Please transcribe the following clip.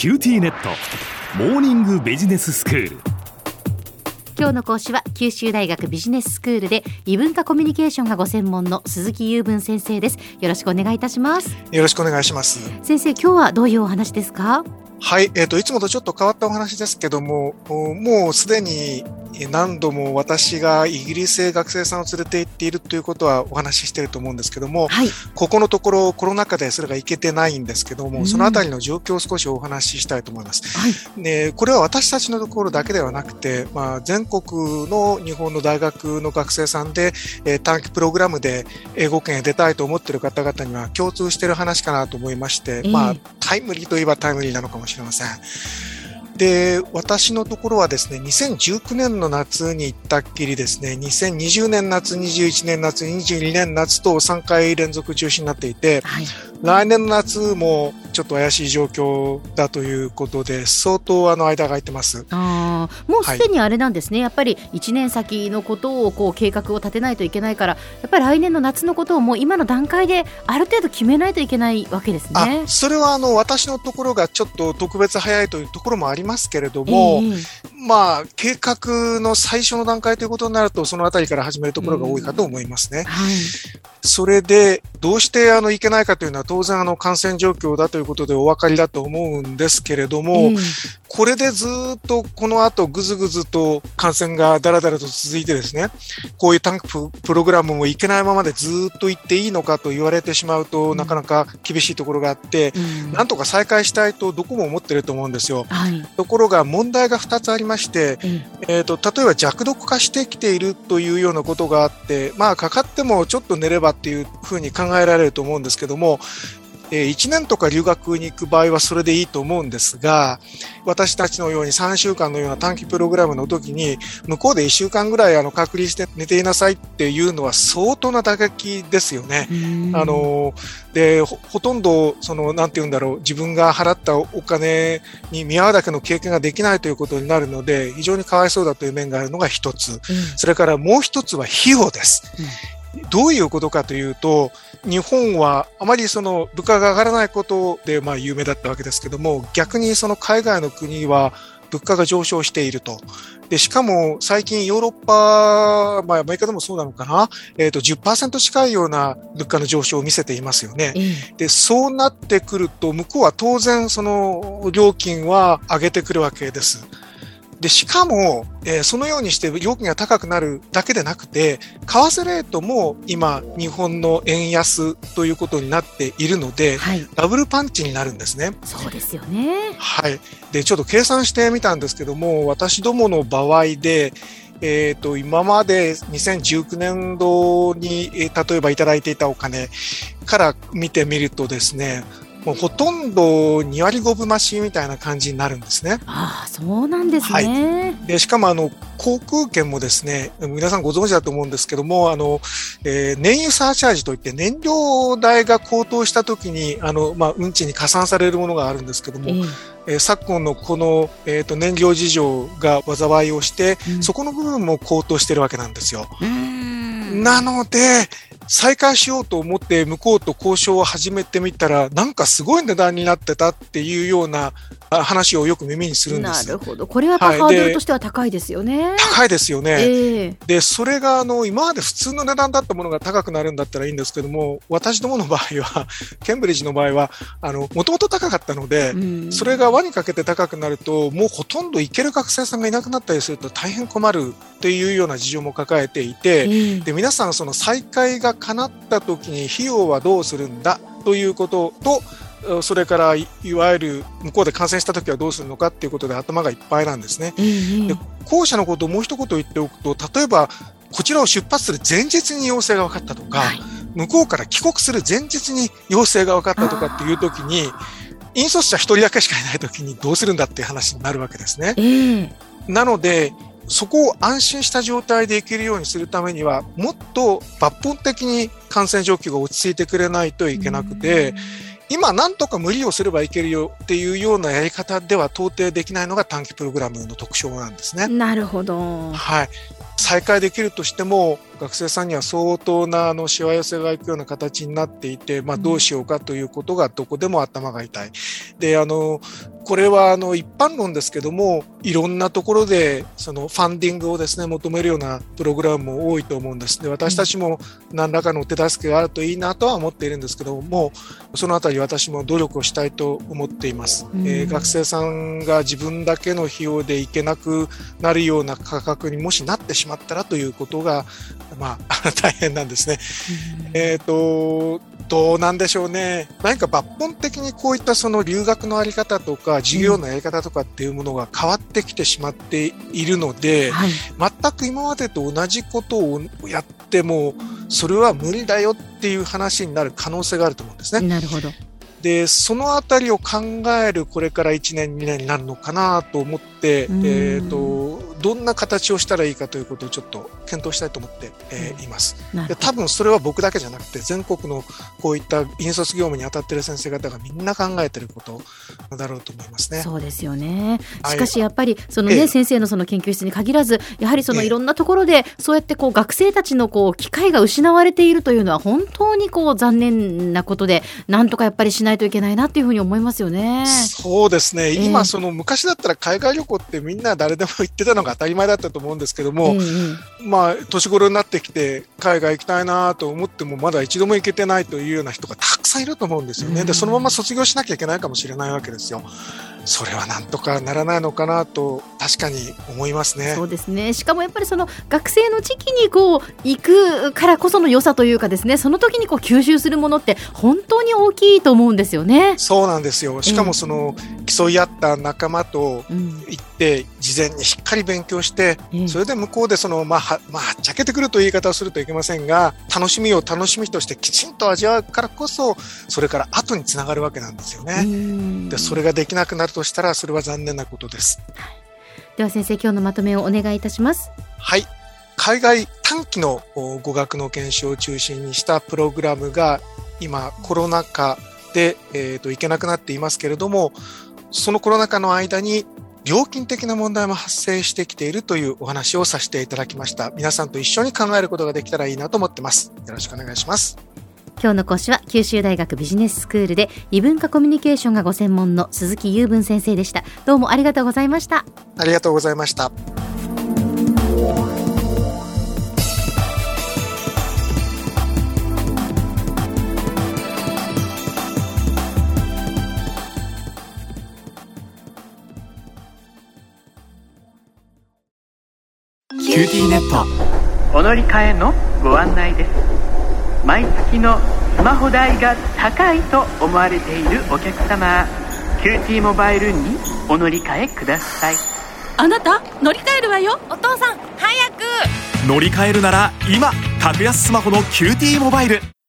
キューティーネットモーニングビジネススクール。 今日の講師は九州大学ビジネススクールで異文化コミュニケーションがご専門の鈴木雄文先生です。よろしくお願いいたします。 よろしくお願いします。 先生、今日はどういうお話ですか？ はい、いつもとちょっと変わったお話ですけども、もうすでに何度も私がイギリスへ学生さんを連れて行っているということはお話ししていると思うんですけども、 はい、 ここのところコロナ禍でそれがいけてないんですけども、そのあたりの状況を少しお話ししたいと思います。 はい、 これは私たちのところだけではなくて、全国の日本の大学の学生さんで、短期プログラムで英語圏へ出たいと思っている方々には共通している話かなと思いまして、タイムリーといえばタイムリーなのかもしれません。で、私のところはですね、2019年の夏に行ったっきりですね、2020年夏、21年夏、22年夏と3回連続中止になっていて、はい、来年の夏もちょっと怪しい状況だということで、相当間が空いてます。 もうすでにあれなんですね、やっぱり1年先のことを計画を立てないといけないから、やっぱり来年の夏のことをもう今の段階である程度決めないといけないわけですね。 それは私のところがちょっと特別早いというところもありますけれども、計画の最初の段階ということになると、そのあたりから始めるところが多いかと思いますね。 はい、 それでどうしていけないかというのは当然感染状況だということでお分かりだと思うんですけれども、これでずっとこの後ぐずぐずと感染がだらだらと続いてですね、こういう短期プログラムもいけないままでずっと行っていいのかと言われてしまうと、なかなか厳しいところがあって、なんとか再開したいとどこも思ってると思うんですよ。 はい、 ところが問題が2つありまして、例えば弱毒化してきているというようなことがあって、かかってもちょっと寝ればっていうふうに考えられると思うんですけども、1年とか留学に行く場合はそれでいいと思うんですが、私たちのように3週間のような短期プログラムの時に向こうで1週間ぐらい隔離して寝ていなさいっていうのは相当な打撃ですよね。で、ほとんどなんて言うんだろう、自分が払ったお金に見合うだけの経験ができないということになるので、非常にかわいそうだという面があるのが一つ。それからもう一つは費用です。どういうことかというと、日本はあまり物価が上がらないことで有名だったわけですけども、逆に海外の国は物価が上昇していると。で、しかも最近ヨーロッパ、アメリカでもそうなのかな、10% 近いような物価の上昇を見せていますよね。で、そうなってくると、向こうは当然料金は上げてくるわけです。で、しかも、そのようにして料金が高くなるだけでなくて、為替レートも今、日本の円安ということになっているので、ダブルパンチになるんですね。 そうですよね。 はい。で、ちょっと計算してみたんですけども、私どもの場合で、今まで2019年度に、例えばいただいていたお金から見てみるとですね、もうほとんど2割5分増しみたいな感じになるんですね。 そうなんですね。 で、しかも航空券もですね、皆さんご存知だと思うんですけども、燃油サーチャージといって燃料代が高騰した時に、運賃に加算されるものがあるんですけども、昨今のこの、燃料事情が災いをして、そこの部分も高騰してるわけなんですよ。なので、再開しようと思って向こうと交渉を始めてみたら、なんかすごい値段になってたっていうような話をよく耳にするんです。 なるほど。これはやっぱハードルとしては高いですよね。 高いですよね。で、それが今まで普通の値段だったものが高くなるんだったらいいんですけども、私どもの場合は、ケンブリッジの場合は、もともと高かったので、それが輪にかけて高くなると、もうほとんど行ける学生さんがいなくなったりすると大変困るというような事情も抱えていて、で、皆さん再開が叶った時に費用はどうするんだということと、それからいわゆる向こうで感染した時はどうするのかっていうことで頭がいっぱいなんですね。で、後者のことをもう一言言っておくと、例えばこちらを出発する前日に陽性が分かったとか、向こうから帰国する前日に陽性が分かったとかっていう時に、引率者一人だけしかいない時にどうするんだっていう話になるわけですね。なので、そこを安心した状態で行けるようにするためには、もっと抜本的に感染状況が落ち着いてくれないといけなくて、今なんとか無理をすればいけるよっていうようなやり方では到底できないのが短期プログラムの特徴なんですね。 なるほど。 はい。再開できるとしても、学生さんには相当なしわ寄せがいくような形になっていて、どうしようかということがどこでも頭が痛い。で、 これは一般論ですけども、いろんなところでそのファンディングをですね求めるようなプログラムも多いと思うんです。で、私たちも何らかの手助けがあるといいなとは思っているんですけども、そのあたり私も努力をしたいと思っています。学生さんが自分だけの費用で行けなくなるような価格にもしなってしまったらということが、大変なんですね。どうなんでしょうね。何か抜本的にこういったその留学のあり方とか授業のやり方とかっていうものが変わってきてしまっているので、全く今までと同じことをやってもそれは無理だよっていう話になる可能性があると思うんですね。 なるほど。 で、そのあたりを考えるこれから1年2年になるのかなと思って、どんな形をしたらいいかということをちょっと検討したいと思って、います。で、多分それは僕だけじゃなくて全国のこういった引率業務に当たっている先生方がみんな考えていることだろうと思いますね。 そうですよね。しかしやっぱりそのね、先生のその研究室に限らず、やはりそのいろんなところでそうやってこう学生たちのこう機会が失われているというのは本当にこう残念なことで、なんとかやっぱりしないといけないなっていうふうに思いますよね。 そうですね。今その昔だったら海外旅行ってみんな誰でも行ってたのが当たり前だったと思うんですけども、年頃になってきて海外行きたいなと思ってもまだ一度も行けてないというような人がたくさんいると思うんですよね。で、そのまま卒業しなきゃいけないかもしれないわけですよ。それはなんとかならないのかなと確かに思いますね。 そうですね。しかもやっぱりその学生の時期にこう行くからこその良さというかですね、その時にこう吸収するものって本当に大きいと思うんですよね。 そうなんですよ。しかもその競い合った仲間と行って事前にしっかり勉強して、それで向こうでそのはっちゃけてくるという言い方をするといけませんが、楽しみを楽しみとしてきちんと味わうからこそそれから後につながるわけなんですよね。で、それができなくなるとしたらそれは残念なことです。 では先生、今日のまとめをお願いいたします。 はい。海外短期の語学の研修を中心にしたプログラムが今コロナ禍で、行けなくなっていますけれども、そのコロナ禍の間に料金的な問題も発生してきているというお話をさせていただきました。皆さんと一緒に考えることができたらいいなと思ってます。よろしくお願いします。 今日の講師は九州大学ビジネススクールで異文化コミュニケーションがご専門の鈴木雄文先生でした。どうもありがとうございました。 ありがとうございました。 キューティーネットお乗り換えのご案内です。毎月のスマホ代が高いと思われているお客様、キューティーモバイルにお乗り換えください。 あなた乗り換えるわよ。お父さん早く。 乗り換えるなら今、格安スマホのキューティーモバイル。